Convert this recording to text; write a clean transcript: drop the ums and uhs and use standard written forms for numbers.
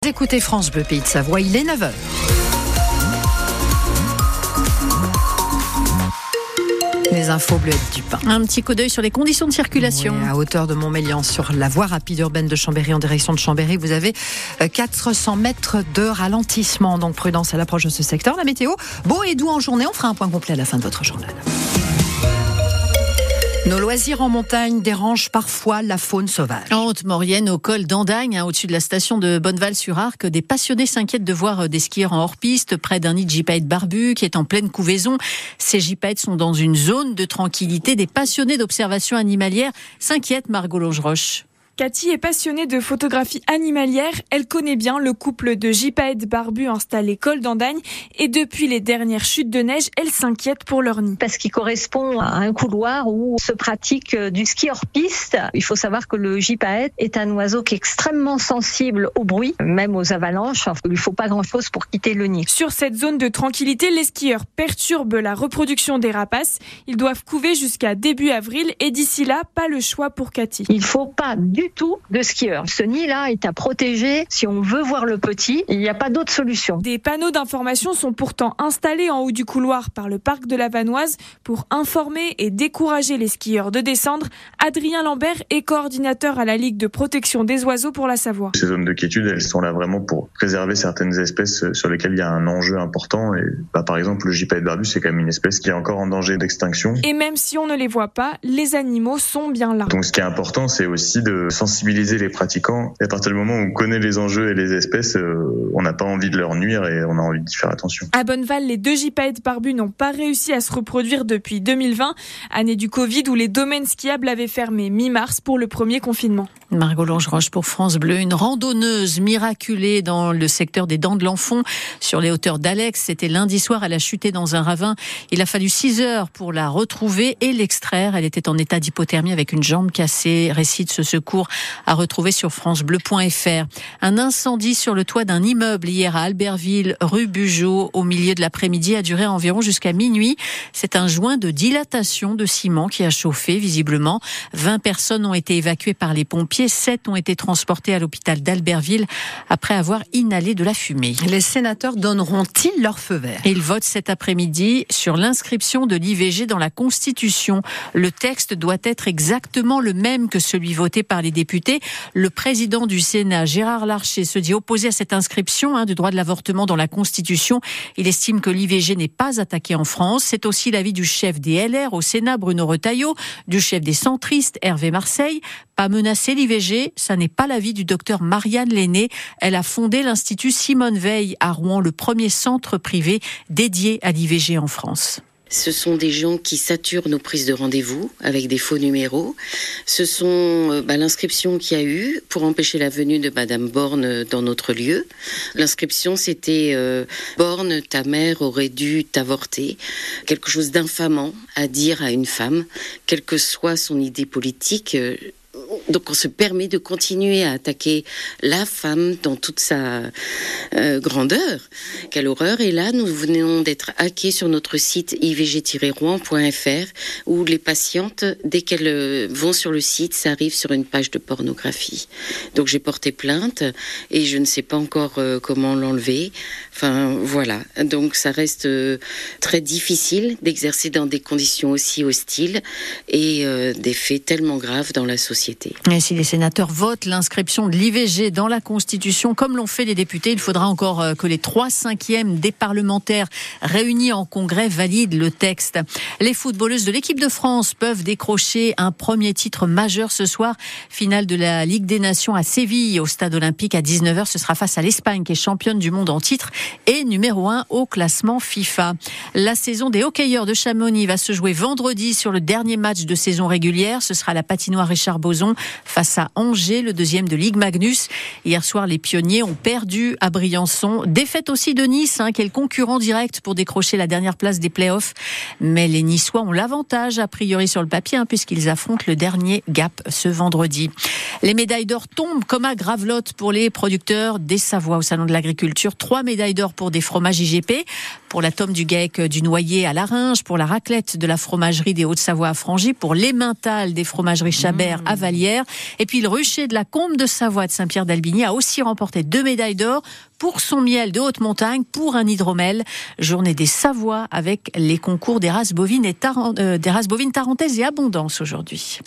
écoutez France Bleu Pays de Savoie, il est 9h. Les infos bleuettes du Pin. Un petit coup d'œil sur les conditions de circulation. Oui, à hauteur de Montmélian, sur la voie rapide urbaine de Chambéry en direction de Chambéry, vous avez 400 mètres de ralentissement. Donc prudence à l'approche de ce secteur. La météo, beau et doux en journée. On fera un point complet à la fin de votre journal. Nos loisirs en montagne dérangent parfois la faune sauvage. En Haute-Maurienne, au col d'Andagne, au-dessus de la station de Bonneval-sur-Arc, des passionnés s'inquiètent de voir des skieurs en hors-piste près d'un nid de gypaète barbu qui est en pleine couvaison. Ces gypaètes sont dans une zone de tranquillité. Des passionnés d'observation animalière s'inquiètent, Margot Longeroche. Cathy est passionnée de photographie animalière. Elle connaît bien le couple de gypaètes barbus installés col d'Andagne. Et depuis les dernières chutes de neige, elle s'inquiète pour leur nid. Parce qu'il correspond à un couloir où se pratique du ski hors piste. Il faut savoir que le gypaète est un oiseau qui est extrêmement sensible au bruit, même aux avalanches. Il ne lui faut pas grand-chose pour quitter le nid. Sur cette zone de tranquillité, les skieurs perturbent la reproduction des rapaces. Ils doivent couver jusqu'à début avril. Et d'ici là, pas le choix pour Cathy. Il ne faut pas du tout de skieurs. Ce nid-là est à protéger. Si on veut voir le petit, il n'y a pas d'autre solution. Des panneaux d'information sont pourtant installés en haut du couloir par le parc de la Vanoise pour informer et décourager les skieurs de descendre. Adrien Lambert est coordinateur à la Ligue de protection des oiseaux pour la Savoie. Ces zones de quiétude, elles sont là vraiment pour préserver certaines espèces sur lesquelles il y a un enjeu important. Et par exemple, le gypaète barbu, c'est quand même une espèce qui est encore en danger d'extinction. Et même si on ne les voit pas, les animaux sont bien là. Donc ce qui est important, c'est aussi de sensibiliser les pratiquants. Et à partir du moment où on connaît les enjeux et les espèces, on n'a pas envie de leur nuire et on a envie d'y faire attention. À Bonneval, les 2 gypaètes barbus n'ont pas réussi à se reproduire depuis 2020, année du Covid où les domaines skiables avaient fermé mi-mars pour le premier confinement. Margot Longeroche pour France Bleu. Une randonneuse miraculée dans le secteur des Dents de l'Enfant, sur les hauteurs d'Alex. C'était lundi soir, elle a chuté dans un ravin. Il a fallu 6 heures pour la retrouver et l'extraire. Elle était en état d'hypothermie avec une jambe cassée. Récit de ce secours à retrouver sur francebleu.fr. Un incendie sur le toit d'un immeuble hier à Albertville, rue Bugeaud, au milieu de l'après-midi, a duré environ jusqu'à minuit. C'est un joint de dilatation de ciment qui a chauffé, visiblement. 20 personnes ont été évacuées par les pompiers. 7 ont été transportés à l'hôpital d'Albertville après avoir inhalé de la fumée. Les sénateurs donneront-ils leur feu vert ? Ils votent cet après-midi sur l'inscription de l'IVG dans la Constitution. Le texte doit être exactement le même que celui voté par les députés. Le président du Sénat, Gérard Larcher, se dit opposé à cette inscription du droit de l'avortement dans la Constitution. Il estime que l'IVG n'est pas attaqué en France. C'est aussi l'avis du chef des LR au Sénat, Bruno Retailleau, du chef des centristes, Hervé Marseille. Pas menacer l'IVG, ça n'est pas l'avis du docteur Marianne Lenné. Elle a fondé l'Institut Simone Veil à Rouen, le premier centre privé dédié à l'IVG en France. Ce sont des gens qui saturent nos prises de rendez-vous avec des faux numéros. Ce sont l'inscription qu'il y a eu pour empêcher la venue de Madame Borne dans notre lieu. L'inscription, c'était Borne, ta mère aurait dû t'avorter. Quelque chose d'infamant à dire à une femme, quelle que soit son idée politique. Donc on se permet de continuer à attaquer la femme dans toute sa grandeur. Quelle horreur. Et là, nous venons d'être hackés sur notre site ivg-rouen.fr où les patientes, dès qu'elles vont sur le site, ça arrive sur une page de pornographie. Donc j'ai porté plainte et je ne sais pas encore comment l'enlever. Enfin voilà. Donc ça reste très difficile d'exercer dans des conditions aussi hostiles et des faits tellement graves dans la société. Et si les sénateurs votent l'inscription de l'IVG dans la Constitution, comme l'ont fait les députés, il faudra encore que les 3/5 des parlementaires réunis en congrès valident le texte. Les footballeuses de l'équipe de France peuvent décrocher un premier titre majeur ce soir. Finale de la Ligue des Nations à Séville, au stade olympique à 19h. Ce sera face à l'Espagne, qui est championne du monde en titre et numéro 1 au classement FIFA. La saison des hockeyeurs de Chamonix va se jouer vendredi sur le dernier match de saison régulière. Ce sera la patinoire Richard Boson face à Angers, le 2e de Ligue Magnus. Hier soir, les pionniers ont perdu à Briançon. Défaite aussi de Nice, qui est le concurrent direct pour décrocher la dernière place des playoffs. Mais les Niçois ont l'avantage, a priori sur le papier, puisqu'ils affrontent le dernier Gap ce vendredi. Les médailles d'or tombent comme à Gravelotte pour les producteurs des Savoie au Salon de l'Agriculture. 3 médailles d'or pour des fromages IGP, pour la tome du GAEC du Noyer à Larringe, pour la raclette de la fromagerie des Hauts-de-Savoie à Frangy, pour l'emmental des fromageries Chabert à Vallières. hier. Et puis le rucher de la Combe de Savoie de Saint-Pierre-d'Albigny a aussi remporté 2 médailles d'or pour son miel de haute montagne, pour un hydromel. Journée des Savoies avec les concours des races bovines tarentaises et abondance aujourd'hui.